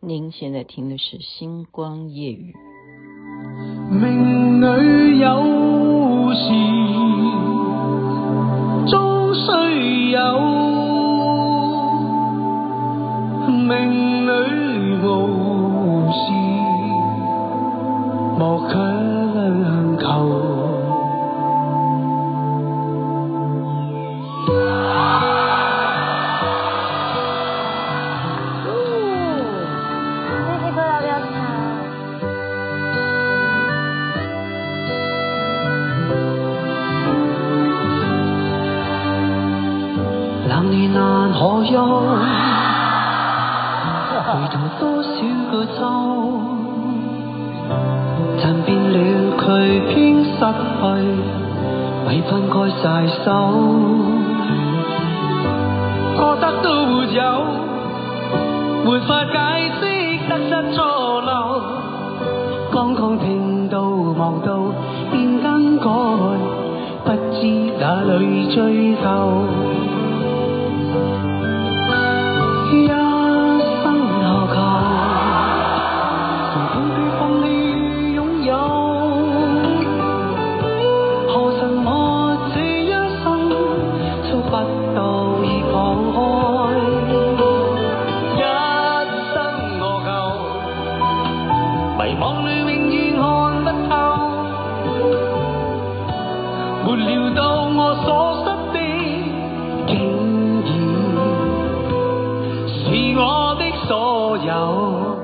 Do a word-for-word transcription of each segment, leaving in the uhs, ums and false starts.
您现在听的是星光夜语。 命里有时终须有，命里无时莫强求。男女难可休，回头多少个秋，寻遍了佢偏失去，咪分开晒手，觉得都没有，没法解释得失错漏，刚刚听到望到便更改，不知哪里追究。一生何求？从半地放你拥有，何曾我这一生触不到已放开？一生何求？迷惘里永远看不透，没料到我所失的竟是我的所有。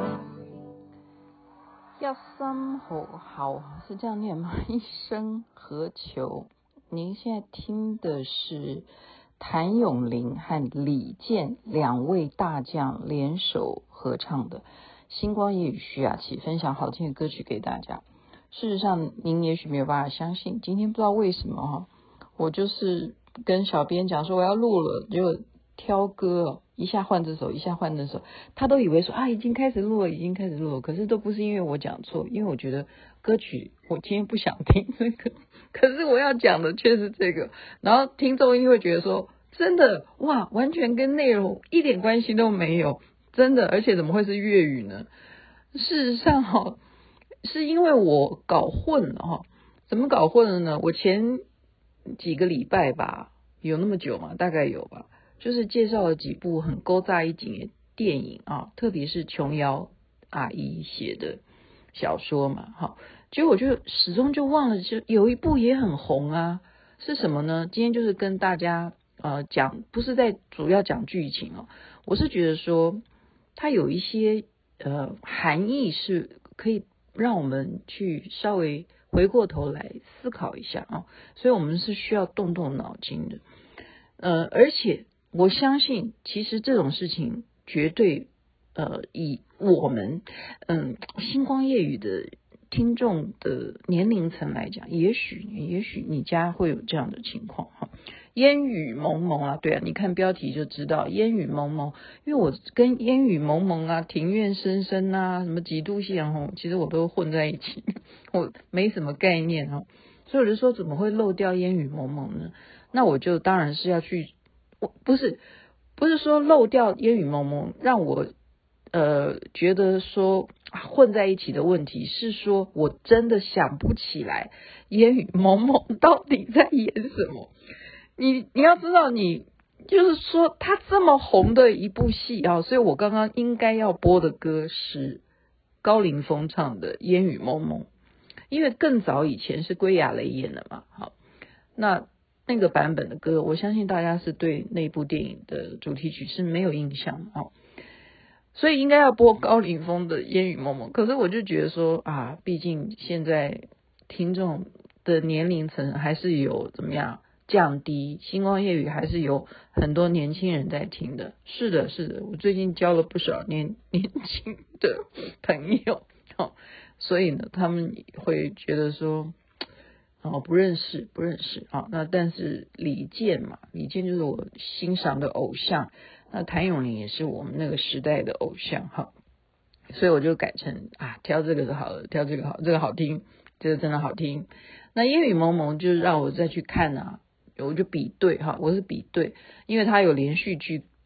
一生何好是这样念吗？一生何求？您现在听的是谭咏麟和李健两位大将联手合唱的星光夜语徐雅琪分享好听的歌曲给大家。事实上您也许没有办法相信，今天不知道为什么我就是跟小编讲说我要录了，就挑歌一下换这首一下换那首，他都以为说啊已经开始录了已经开始录了，可是都不是因为我讲错，因为我觉得歌曲我今天不想听这个，可是我要讲的却是这个，然后听众一定会觉得说真的哇完全跟内容一点关系都没有，真的，而且怎么会是粤语呢？事实上哈是因为我搞混了哈，怎么搞混了呢？我前几个礼拜吧，有那么久吗？大概有吧，就是介绍了几部很勾扎一景的电影啊，特别是琼瑶阿姨写的小说嘛，哈，结果我就始终就忘了，就有一部也很红啊，是什么呢？今天就是跟大家呃讲，不是在主要讲剧情哦，我是觉得说它有一些呃含义是可以让我们去稍微回过头来思考一下啊，所以我们是需要动动脑筋的，呃，而且我相信，其实这种事情绝对呃以我们嗯星光夜语的听众的年龄层来讲，也许也许你家会有这样的情况哈。烟雨蒙蒙啊，对啊，你看标题就知道烟雨蒙蒙，因为我跟烟雨蒙蒙啊、庭院深深啊、什么几度夕阳红，其实我都混在一起，我没什么概念哦，所以我就说怎么会漏掉烟雨蒙蒙呢？那我就当然是要去，我不是不是说漏掉烟雨蒙蒙，让我呃觉得说混在一起的问题，是说我真的想不起来烟雨蒙蒙到底在演什么。你你要知道，你就是说他这么红的一部戏啊，所以我刚刚应该要播的歌是高凌风唱的《烟雨蒙蒙》，因为更早以前是归亚蕾演的嘛，好，那那个版本的歌，我相信大家是对那部电影的主题曲是没有印象哦，所以应该要播高凌风的《烟雨蒙蒙》，可是我就觉得说啊，毕竟现在听众的年龄层还是有怎么样降低，星光夜语还是有很多年轻人在听的，是的是的，我最近交了不少年年轻的朋友，哦，所以呢他们会觉得说哦，不认识不认识啊，那但是李健嘛，李健就是我欣赏的偶像，那谭咏麟也是我们那个时代的偶像哈，所以我就改成啊挑这个就好了，挑这个好，这个好听，这个真的好听。那烟雨蒙蒙就让我再去看啊，我就比对哈，我是比对，因为它有连续剧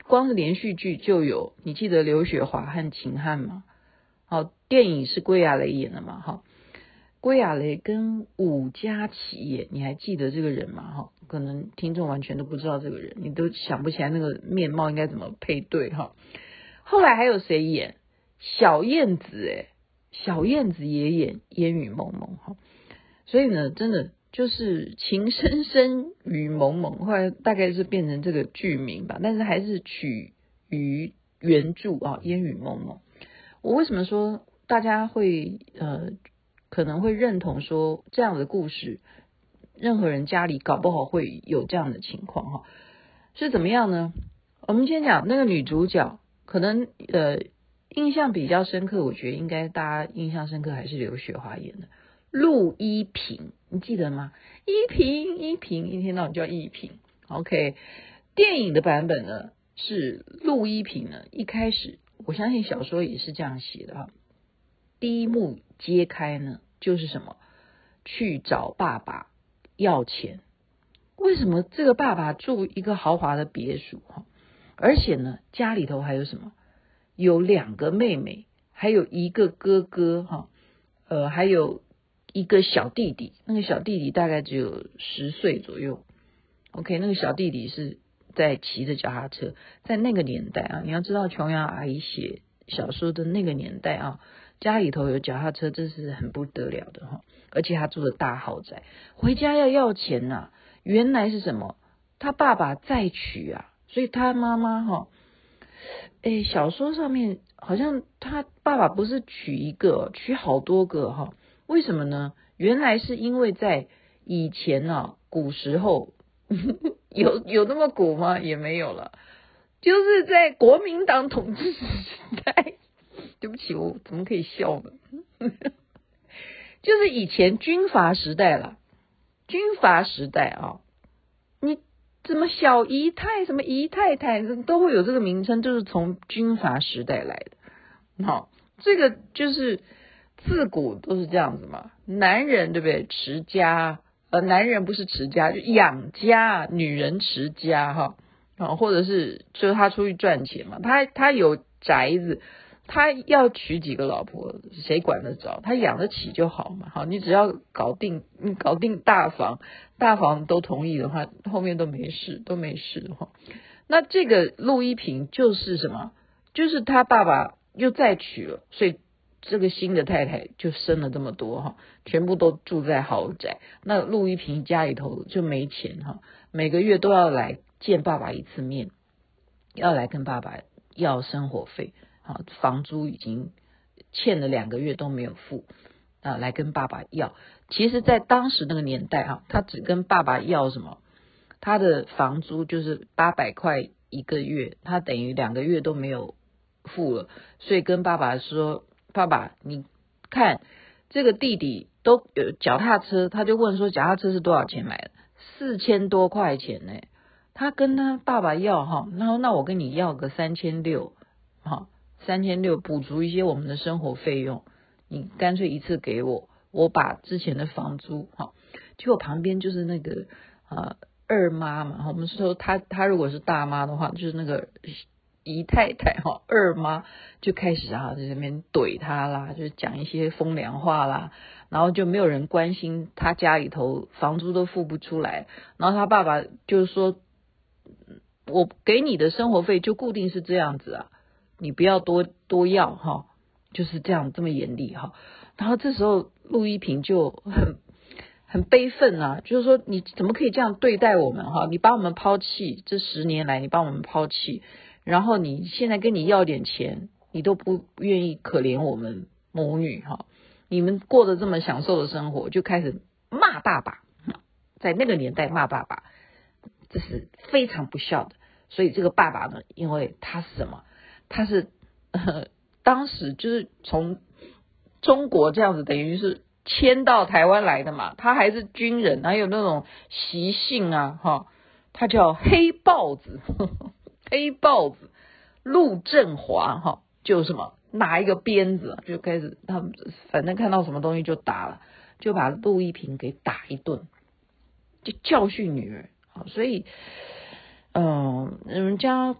光是连续剧就有，你记得刘雪华和秦汉吗？好，电影是归亚蕾演的嘛，哈，归亚蕾跟武佳琪演，你还记得这个人吗？哈，可能听众完全都不知道这个人，你都想不起来那个面貌应该怎么配对哈。后来还有谁演？小燕子诶，小燕子也演烟雨蒙蒙哈。所以呢，真的就是情深深雨蒙蒙，后来大概是变成这个剧名吧，但是还是取于原著啊，烟雨蒙蒙。我为什么说大家会呃可能会认同说这样的故事，任何人家里搞不好会有这样的情况哈？是怎么样呢？我们先讲那个女主角，可能呃印象比较深刻，我觉得应该大家印象深刻还是刘雪华演的陆依萍，你记得吗？依萍依萍，一天到晚叫依萍。 OK， 电影的版本呢是陆依萍呢一开始我相信小说也是这样写的哈。第一幕揭开呢，就是什么？去找爸爸要钱。为什么这个爸爸住一个豪华的别墅哈？而且呢，家里头还有什么？有两个妹妹，还有一个哥哥哈，呃，还有一个小弟弟。那个小弟弟大概只有十岁左右。OK， 那个小弟弟是在骑着脚踏车，在那个年代啊，你要知道琼瑶阿姨写小说的那个年代啊，家里头有脚踏车，这是很不得了的哈。而且他住的大豪宅，回家要要钱呐、啊。原来是什么？他爸爸再娶啊，所以他妈妈哈，哎，小说上面好像他爸爸不是娶一个，娶好多个哈。为什么呢？原来是因为在以前啊，古时候有有那么古吗？也没有了，就是在国民党统治时代。对不起，我怎么可以笑呢？就是以前军阀时代了，军阀时代啊，你怎么小姨太、什么姨太太都会有这个名称，就是从军阀时代来的。好，这个就是自古都是这样子嘛。男人对不对？持家，呃，男人不是持家，就养家，女人持家哈。啊，或者是就是他出去赚钱嘛，他他有宅子。他要娶几个老婆，谁管得着？他养得起就好嘛。好，你只要搞定，你搞定大房，大房都同意的话，后面都没事，都没事哈。那这个陆依萍就是什么？就是他爸爸又再娶了，所以这个新的太太就生了这么多哈，全部都住在豪宅。那陆依萍家里头就没钱哈，每个月都要来见爸爸一次面，要来跟爸爸要生活费。啊，房租已经欠了两个月都没有付啊，来跟爸爸要。其实在当时那个年代啊，他只跟爸爸要什么？他的房租就是八百块一个月，他等于两个月都没有付了，所以跟爸爸说：“爸爸，你看这个弟弟都有脚踏车，他就问说脚踏车是多少钱买的？四千多块钱呢。他跟他爸爸要哈，然后那我跟你要个三千六，哈。”三千六补足一些我们的生活费用，你干脆一次给我，我把之前的房租哈，结果旁边就是那个呃二妈嘛，我们说她她如果是大妈的话，就是那个姨太太哈，二妈就开始啊在这边怼她啦，就是讲一些风凉话啦，然后就没有人关心她家里头房租都付不出来，然后她爸爸就是说，我给你的生活费就固定是这样子啊。你不要多多要哈，就是这样这么严厉哈。然后这时候陆依萍就很很悲愤啊，就是说你怎么可以这样对待我们哈？你把我们抛弃，这十年来你把我们抛弃，然后你现在跟你要点钱，你都不愿意可怜我们母女哈。你们过得这么享受的生活，就开始骂爸爸，在那个年代骂爸爸，这是非常不孝的。所以这个爸爸呢，因为他是什么？他是、呃、当时就是从中国这样子等于是迁到台湾来的嘛，他还是军人，还有那种习性啊哈，他叫黑豹子呵呵黑豹子陆振华哈，就什么拿一个鞭子就开始他们反正看到什么东西就打了，就把陆依萍给打一顿，就教训女儿。所以嗯、呃，人家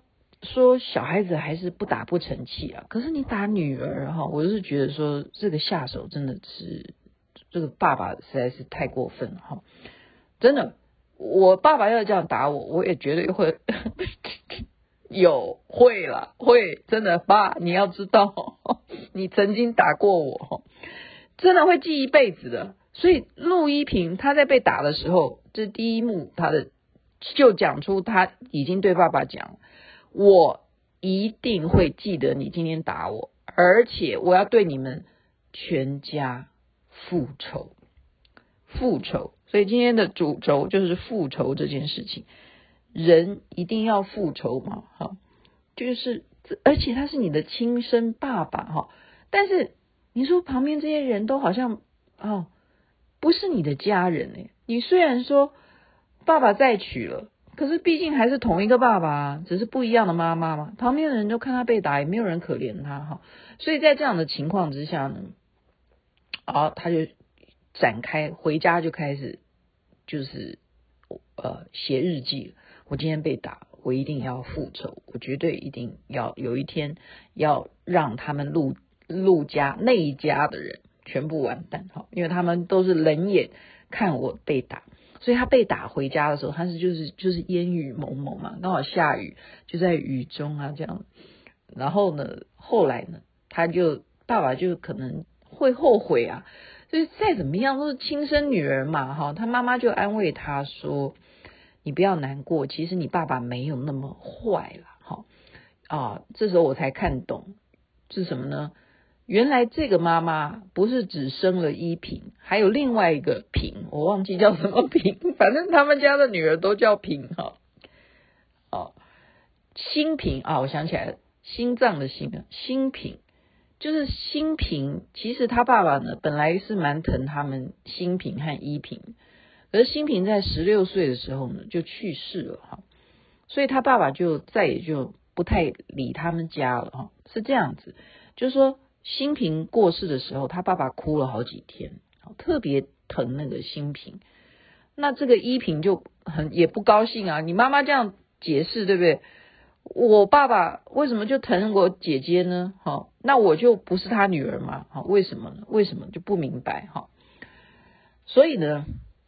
说小孩子还是不打不成器啊，可是你打女儿哈，我就是觉得说这个下手真的是这个爸爸实在是太过分了哈，真的，我爸爸要这样打我，我也绝对会有会了会，真的爸，你要知道你曾经打过我，真的会记一辈子的。所以陆一平他在被打的时候，这第一幕他的就讲出他已经对爸爸讲，我一定会记得你今天打我，而且我要对你们全家复仇复仇。所以今天的主轴就是复仇这件事情，人一定要复仇嘛，哈，就是而且他是你的亲生爸爸哈，但是你说旁边这些人都好像哦不是你的家人哎，你虽然说爸爸再娶了，可是毕竟还是同一个爸爸啊，只是不一样的妈妈嘛。旁边的人就看他被打，也没有人可怜他哈。所以在这样的情况之下呢，啊，他就展开回家就开始就是呃写日记。我今天被打，我一定要复仇，我绝对一定要有一天要让他们陆陆家那一家的人全部完蛋哈，因为他们都是冷眼看我被打。所以他被打回家的时候，他是就是就是烟雨蒙蒙嘛，刚好下雨，就在雨中啊这样。然后呢，后来呢，他就爸爸就可能会后悔啊，就是再怎么样都是亲生女儿嘛哈，他妈妈就安慰他说：“你不要难过，其实你爸爸没有那么坏了哈。”啊，这时候我才看懂是什么呢？原来这个妈妈不是只生了一平，还有另外一个平，我忘记叫什么平，反正他们家的女儿都叫平哈。哦，心平啊，我想起来了，心脏的心啊，心平就是心平。其实他爸爸呢，本来是蛮疼他们心平和一平，可是心平在十六岁的时候呢就去世了哈，所以他爸爸就再也就不太理他们家了哈，是这样子，就是说。新平过世的时候，他爸爸哭了好几天，特别疼那个新平。那这个一平就很也不高兴啊，你妈妈这样解释对不对？我爸爸为什么就疼我姐姐呢？哈，那我就不是他女儿嘛？哈，为什么呢？为什么就不明白？哈，所以呢，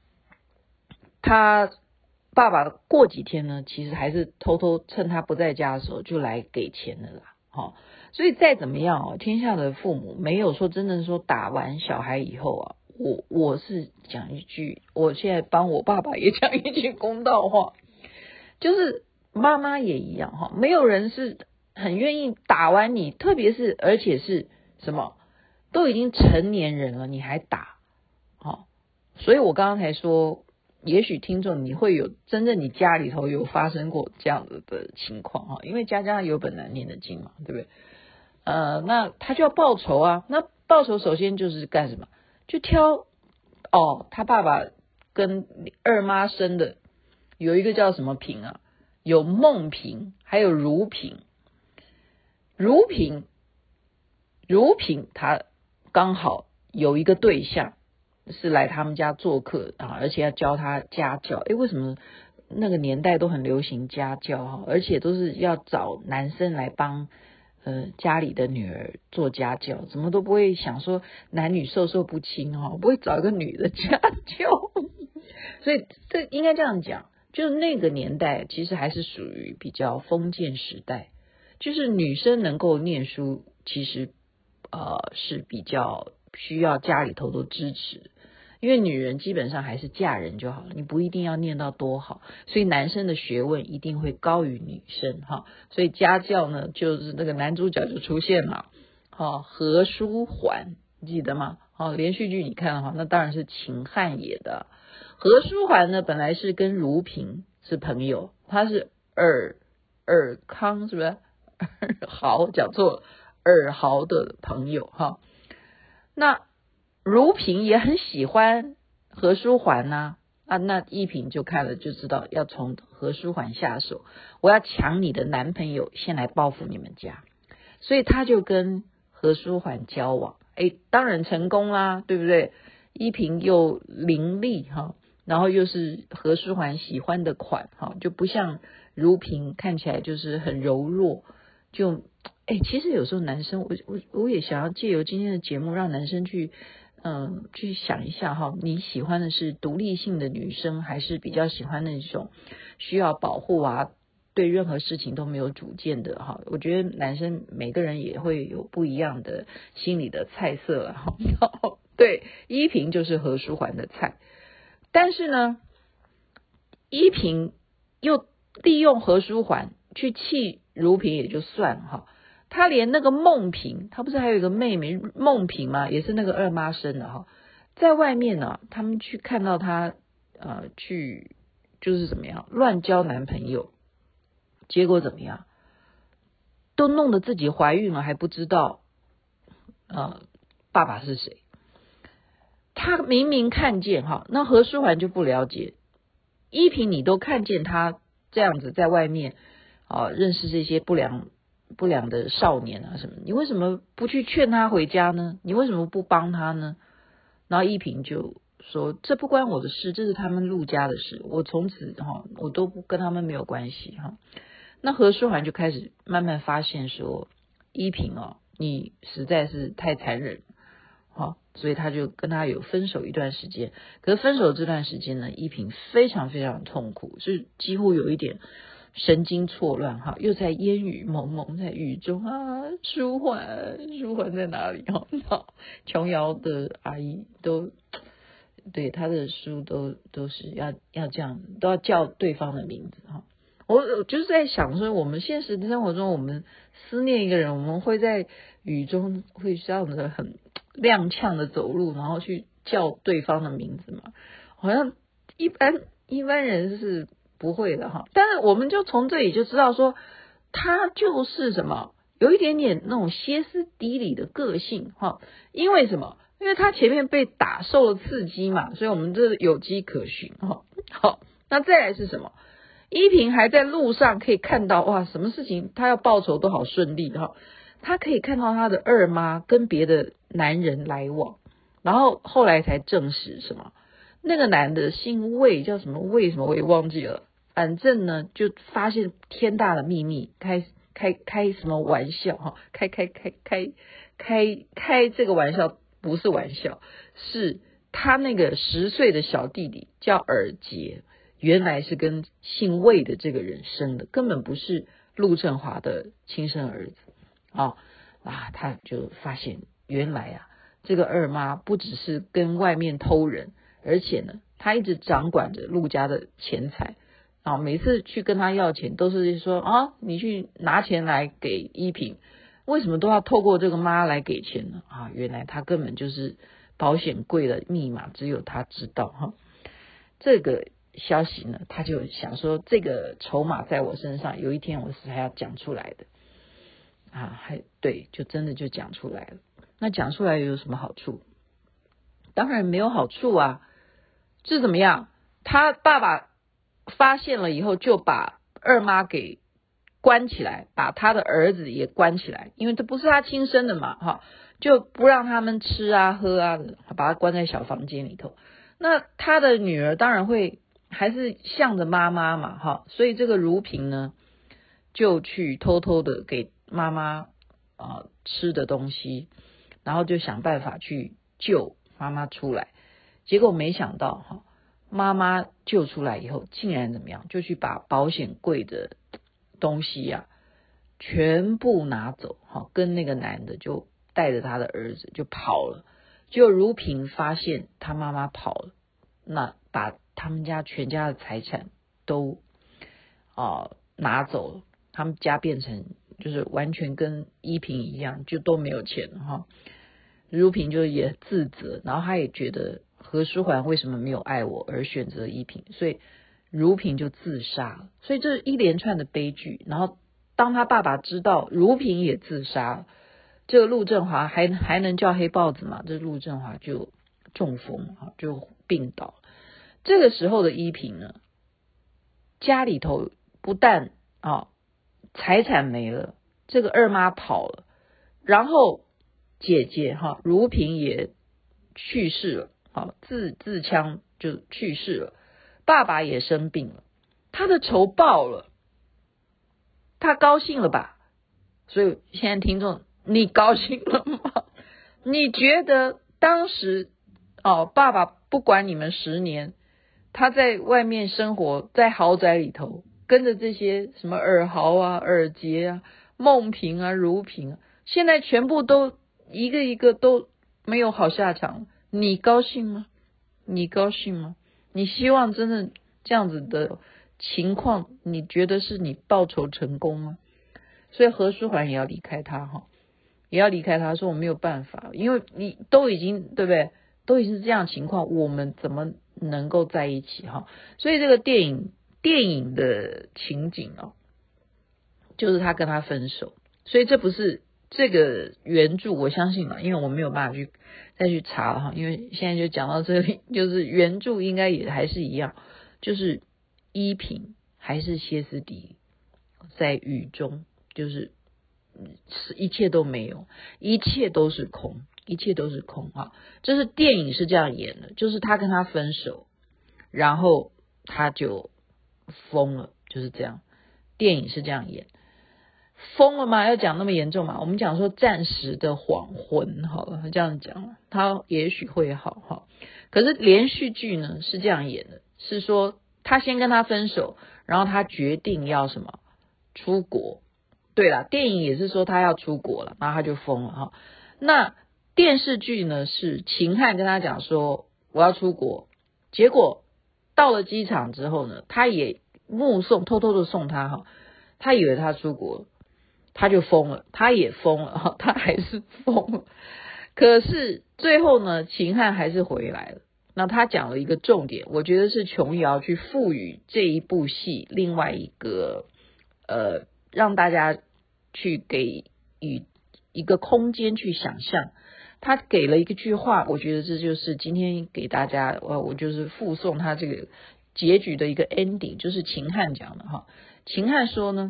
他爸爸过几天呢，其实还是偷偷趁他不在家的时候就来给钱的啦。好，所以再怎么样哦，天下的父母没有说真正说打完小孩以后啊，我我是讲一句，我现在帮我爸爸也讲一句公道话，就是妈妈也一样哈，没有人是很愿意打完你，特别是而且是什么，都已经成年人了，你还打，好，所以我刚刚才说。也许听众你会有真正你家里头有发生过这样子的情况哈，因为家家有本难念的经嘛，对不对？呃，那他就要报仇啊，那报仇首先就是干什么？就挑哦，他爸爸跟二妈生的有一个叫什么平啊？有孟平，还有如平。如平，如平，他刚好有一个对象。是来他们家做客啊，而且要教他家教。诶，为什么那个年代都很流行家教哈？而且都是要找男生来帮呃家里的女儿做家教，怎么都不会想说男女授受不亲哈，不会找一个女的家教。所以这应该这样讲，就是那个年代其实还是属于比较封建时代，就是女生能够念书，其实呃是比较需要家里头的支持。因为女人基本上还是嫁人就好了，你不一定要念到多好，所以男生的学问一定会高于女生哈。所以家教呢，就是那个男主角就出现了，哈，何书桓，记得吗？哦，连续剧你看哈，那当然是秦汉演的。何书桓呢，本来是跟如萍是朋友，他是尔尔康是不是？尔豪讲错了，尔豪的朋友哈。那如萍也很喜欢何书桓呐、啊，啊，那一萍就看了就知道要从何书桓下手，我要抢你的男朋友，先来报复你们家，所以他就跟何书桓交往，诶，当然成功啦，对不对？一萍又伶俐哈，然后又是何书桓喜欢的款哈，就不像如萍看起来就是很柔弱，就哎，其实有时候男生，我我我也想要借由今天的节目，让男生去嗯去想一下哈，你喜欢的是独立性的女生，还是比较喜欢那种需要保护啊，对任何事情都没有主见的哈？我觉得男生每个人也会有不一样的心理的菜色哈。对，依萍就是何书桓的菜，但是呢，依萍又利用何书桓去气如萍也就算了哈，他连那个孟萍，他不是还有一个妹妹孟萍吗？也是那个二妈生的哈，在外面呢、啊，他们去看到他呃去就是怎么样乱交男朋友，结果怎么样，都弄得自己怀孕了还不知道呃爸爸是谁。他明明看见哈，那何书桓就不了解，依萍你都看见他这样子在外面啊认识这些不良不良的少年啊什么，你为什么不去劝他回家呢？你为什么不帮他呢？然后依萍就说这不关我的事，这是他们陆家的事，我从此哈我都不跟他们没有关系哈。那何书桓就开始慢慢发现说，依萍哦，你实在是太残忍。好，所以他就跟他有分手一段时间。可是分手这段时间呢，依萍非常非常痛苦，是几乎有一点神经错乱哈，又在烟雨蒙蒙，在雨中啊，舒缓舒缓在哪里哈？琼瑶的阿姨都对她的书都都是要要这样，都要叫对方的名字哈。我我就是在想说，我们现实的生活中，我们思念一个人，我们会在雨中会这样的很踉跄的走路，然后去叫对方的名字嘛？好像一般一般人是不会的哈。但是我们就从这里就知道说，他就是什么，有一点点那种歇斯底里的个性哈。因为什么？因为他前面被打受了刺激嘛，所以我们这有迹可循哈。好，那再来是什么？依萍还在路上可以看到哇，什么事情他要报仇都好顺利哈。他可以看到他的二妈跟别的男人来往，然后后来才证实什么，那个男的姓魏，叫什么魏什么我也忘记了，反正呢就发现天大的秘密，开开开什么玩笑哈，开开开开开开这个玩笑不是玩笑，是他那个十岁的小弟弟叫尔杰，原来是跟姓魏的这个人生的，根本不是陆振华的亲生儿子。哦啊，他就发现原来啊，这个二妈不只是跟外面偷人，而且呢，她一直掌管着陆家的钱财啊。每次去跟他要钱，都是说啊，你去拿钱来给依萍，为什么都要透过这个妈来给钱呢？啊，原来他根本就是保险柜的密码，只有他知道哈。这个消息呢，他就想说，这个筹码在我身上，有一天我是还要讲出来的。啊，还对，就真的就讲出来了。那讲出来有什么好处？当然没有好处啊。是怎么样？他爸爸发现了以后，就把二妈给关起来，把他的儿子也关起来，因为这不是他亲生的嘛，哈，就不让他们吃啊喝啊的，把他关在小房间里头。那他的女儿当然会还是向着妈妈嘛，哈，所以这个如萍呢，就去偷偷的给妈妈啊、呃、吃的东西，然后就想办法去救妈妈出来。结果没想到哈，妈妈救出来以后，竟然怎么样？就去把保险柜的东西呀、啊、全部拿走，哈，跟那个男的就带着他的儿子就跑了。就如萍发现他妈妈跑了，那把他们家全家的财产都啊、呃、拿走了，他们家变成就是完全跟依萍一样，就都没有钱了哈。如萍就也自责，然后他也觉得何书桓为什么没有爱我而选择依萍，所以如萍就自杀了。所以这是一连串的悲剧。然后当他爸爸知道如萍也自杀了，这个陆振华还还能叫黑豹子吗？这陆振华就中风就病倒。这个时候的依萍呢，家里头不但啊财产没了，这个二妈跑了，然后姐姐哈如萍也去世了，好自自枪就去世了，爸爸也生病了，他的仇报了。 他高兴了吧？所以现在听众，你高兴了吗？你觉得当时哦，爸爸不管你们十年，他在外面生活，在豪宅里头，跟着这些什么尔豪啊、尔杰啊、梦萍啊、如萍啊，现在全部都一个一个都没有好下场，你高兴吗？你高兴吗？你希望真的这样子的情况，你觉得是你报仇成功吗？所以何书桓也要离开他哈，也要离开他，说我没有办法，因为你都已经对不对？都已经是这样情况，我们怎么能够在一起哈？所以这个电影电影的情景哦，就是他跟他分手，所以这不是这个原著，我相信嘛，因为我没有办法去再去查了哈，因为现在就讲到这里，就是原著应该也还是一样，就是依萍还是歇斯底里，在雨中，就是一切都没有，一切都是空，一切都是空啊！这是电影是这样演的，就是他跟他分手，然后他就疯了，就是这样。电影是这样演，疯了吗？要讲那么严重吗？我们讲说暂时的黄昏，好了，这样讲，他也许会好哈。可是连续剧呢是这样演的，是说他先跟他分手，然后他决定要什么出国。对啦，电影也是说他要出国了，然后他就疯了哈。那电视剧呢是秦汉跟他讲说我要出国，结果到了机场之后呢，他也目送，偷偷的送他哈，他以为他出国，他就疯了，他也疯了哈，他还是疯了。可是最后呢，秦汉还是回来了。那他讲了一个重点，我觉得是琼瑶去赋予这一部戏另外一个呃。让大家去给予一个空间去想象，他给了一个句话，我觉得这就是今天给大家，我我就是附送他这个结局的一个 ending， 就是秦汉讲的哈。秦汉说呢，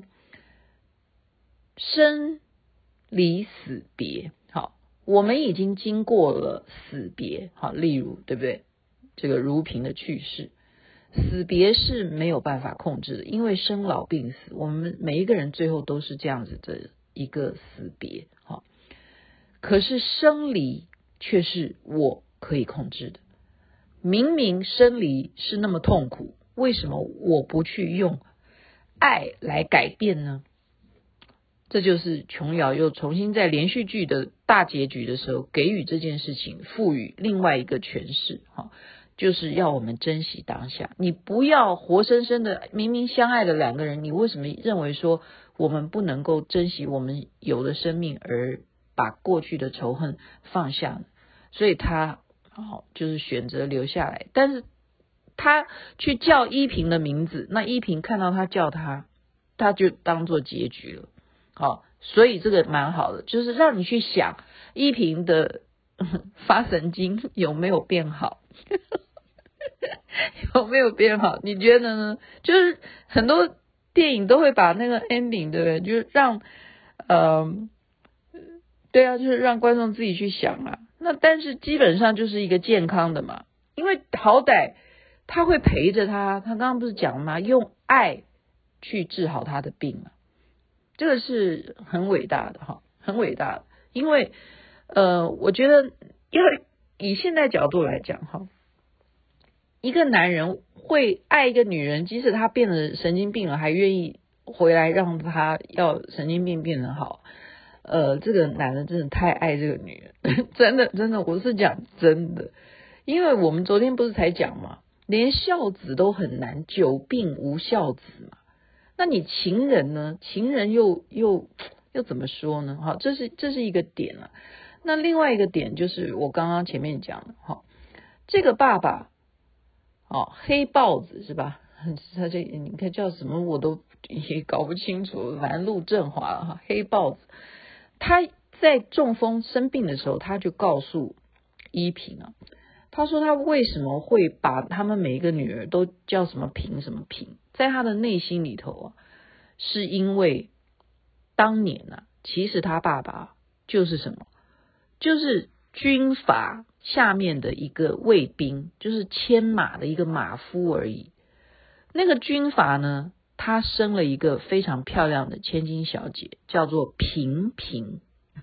生离死别，好，我们已经经过了死别，好，例如对不对？这个如萍的去世。死别是没有办法控制的，因为生老病死，我们每一个人最后都是这样子的一个死别。好，可是生离却是我可以控制的。明明生离是那么痛苦，为什么我不去用爱来改变呢？这就是琼瑶又重新在连续剧的大结局的时候，给予这件事情赋予另外一个诠释哈。就是要我们珍惜当下，你不要活生生的明明相爱的两个人，你为什么认为说我们不能够珍惜我们有的生命，而把过去的仇恨放下呢？所以他哦，就是选择留下来，但是他去叫依萍的名字，那依萍看到他叫他，他就当做结局了。好，所以这个蛮好的，就是让你去想依萍的发神经有没有变好。有没有变好？你觉得呢？就是很多电影都会把那个 ending， 对不对？就是让，呃，对啊，就是让观众自己去想啊。那但是基本上就是一个健康的嘛，因为好歹他会陪着他，他刚刚不是讲了吗？用爱去治好他的病嘛，这个是很伟大的哈，很伟大的。因为呃，我觉得要以现在角度来讲哈。一个男人会爱一个女人，即使他变得神经病了，还愿意回来让他要神经病变得好。呃，这个男的真的太爱这个女人，真的真的，我是讲真的。因为我们昨天不是才讲嘛，连孝子都很难，久病无孝子嘛。那你情人呢？情人又又又怎么说呢？好，这是这是一个点了。那另外一个点就是我刚刚前面讲的，哈，这个爸爸。哦，黑豹子是吧？他这你看叫什么我都也搞不清楚，反正陆振华了哈，黑豹子。他在中风生病的时候，他就告诉依萍啊，他说他为什么会把他们每一个女儿都叫什么萍什么萍，在他的内心里头啊，是因为当年啊，其实他爸爸就是什么，就是军阀下面的一个卫兵，就是牵马的一个马夫而已。那个军阀呢， 她生了一个非常漂亮的千金小姐，叫做平平。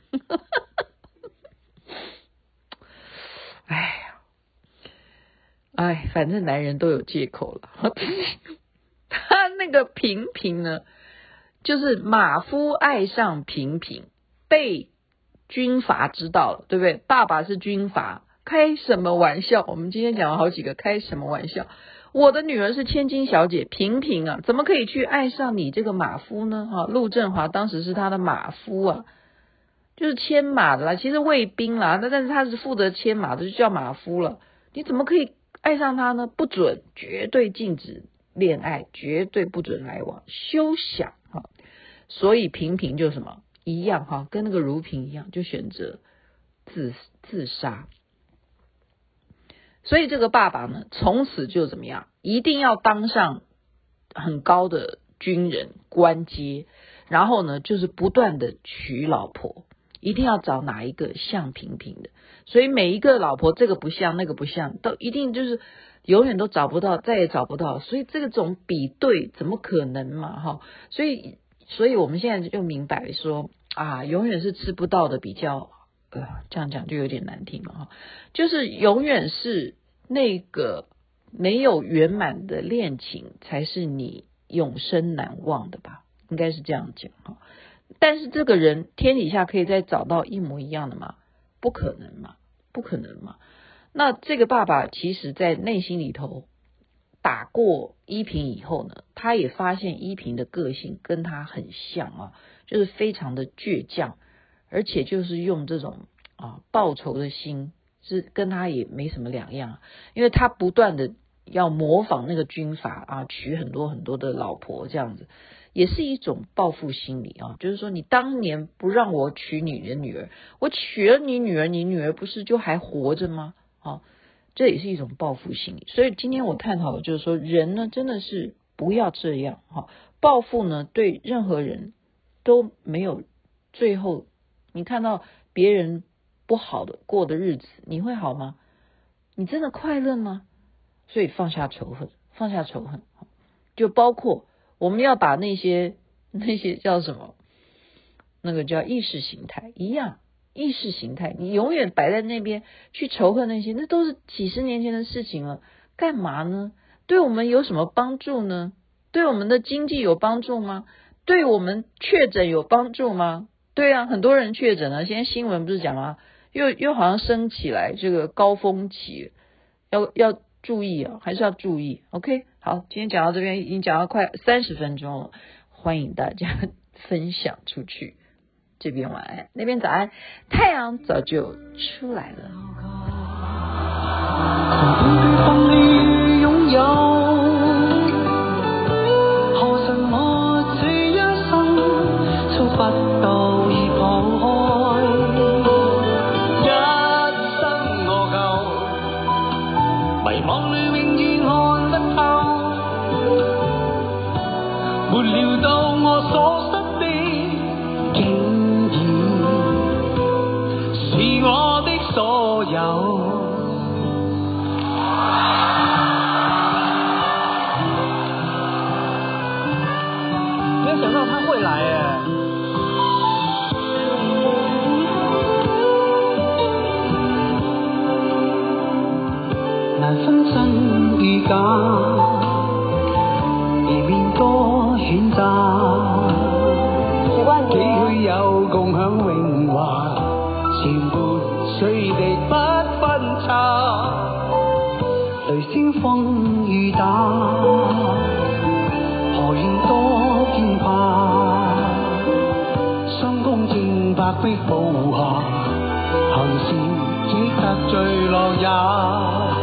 哎呀，哎，反正男人都有借口了。他那个平平呢，就是马夫爱上平平，被军阀知道了，对不对？爸爸是军阀，开什么玩笑？我们今天讲了好几个，开什么玩笑？我的女儿是千金小姐平平啊，怎么可以去爱上你这个马夫呢？哈、啊，陆振华当时是他的马夫啊，就是牵马的啦，其实卫兵啦，那但是他是负责牵马的，就叫马夫了。你怎么可以爱上他呢？不准，绝对禁止恋爱，绝对不准来往，休想哈！所以平平就什么一样哈，跟那个如萍一样，就选择自自杀。所以这个爸爸呢，从此就怎么样，一定要当上很高的军人官阶，然后呢，就是不断的娶老婆，一定要找哪一个像平平的。所以每一个老婆，这个不像，那个不像，都一定就是永远都找不到，再也找不到。所以这种比对怎么可能嘛？哈，所以所以我们现在就明白说啊，永远是吃不到的比较。呃，这样讲就有点难听了哈，就是永远是那个没有圆满的恋情才是你永生难忘的吧，应该是这样讲哈。但是这个人天底下可以再找到一模一样的吗？不可能嘛，不可能嘛。那这个爸爸其实在内心里头打过依萍以后呢，他也发现依萍的个性跟他很像啊，就是非常的倔强。而且就是用这种啊报仇的心，是跟他也没什么两样，因为他不断的要模仿那个军阀啊，娶很多很多的老婆，这样子也是一种报复心理啊。就是说，你当年不让我娶你的女儿，我娶了你女儿，你女儿不是就还活着吗？啊，这也是一种报复心理。所以今天我探讨的就是说，人呢真的是不要这样哈，报复呢对任何人都没有最后。你看到别人不好的过的日子，你会好吗？你真的快乐吗？所以放下仇恨，放下仇恨，就包括我们要把那些那些叫什么，那个叫意识形态一样，意识形态你永远摆在那边去仇恨那些，那都是几十年前的事情了，干嘛呢？对我们有什么帮助呢？对我们的经济有帮助吗？对我们确诊有帮助吗？对啊，很多人确诊了，现在新闻不是讲吗？又又好像升起来这个高峰期，要要注意啊，还是要注意。OK， 好，今天讲到这边已经讲到快三十分钟了，欢迎大家分享出去。这边晚安，那边早安，太阳早就出来了。 沒料到我所失的，竟然是我的所有。沒有想到他會來耶！難分真與假，而面多選擇，幾許有共享榮華，前伴水滴不分岔，雷聲風雨打，何願多驚怕，雙公正白璧無瑕，行事只得墜落也。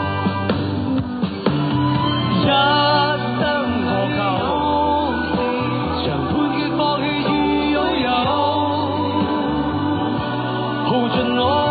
一生何求，長判決放棄與擁有，耗盡我。